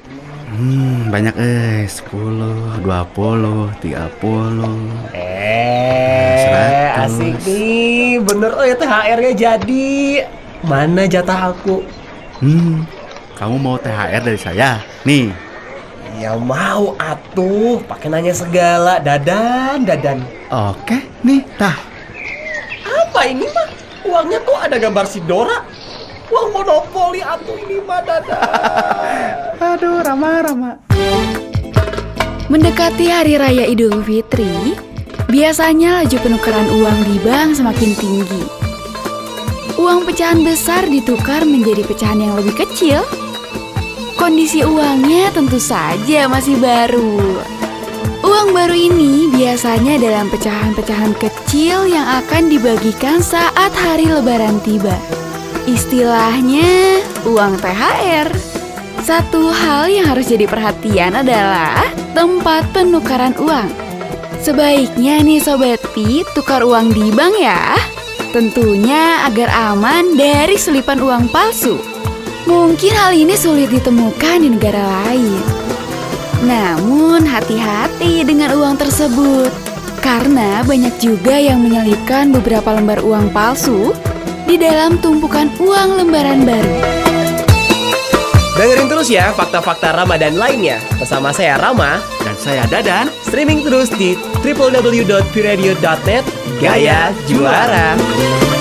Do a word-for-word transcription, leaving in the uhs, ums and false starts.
Hmm, banyak eh sepuluh, dua puluh, tiga puluh. Eh, asik nih. Bener oh ya T H R-nya jadi. Mana jatah aku? Hmm, kamu mau T H R dari saya? Nih. Ya mau atuh, pakai nanya segala. Dadan, dadan. Oke, nih, tah. Apa ini mah? Uangnya tuh ada gambar si Dora. Uang monopoli atuh ini mah, dadan. Aduh, Rama, Rama. Mendekati Hari Raya Idul Fitri, biasanya laju penukaran uang di bank semakin tinggi. Uang pecahan besar ditukar menjadi pecahan yang lebih kecil. Kondisi uangnya tentu saja masih baru. Uang baru ini biasanya dalam pecahan-pecahan kecil yang akan dibagikan saat hari Lebaran tiba. Istilahnya uang T H R. Satu hal yang harus jadi perhatian adalah tempat penukaran uang. Sebaiknya nih Sobat Pi, tukar uang di bank ya. Tentunya agar aman dari selipan uang palsu. Mungkin hal ini sulit ditemukan di negara lain. Namun hati-hati dengan uang tersebut, karena banyak juga yang menyelipkan beberapa lembar uang palsu di dalam tumpukan uang lembaran baru. Dengerin terus ya fakta-fakta Ramadan lainnya bersama saya Rama Dan saya Dadan. streaming terus di w w w dot p radio dot net. Gaya Juara.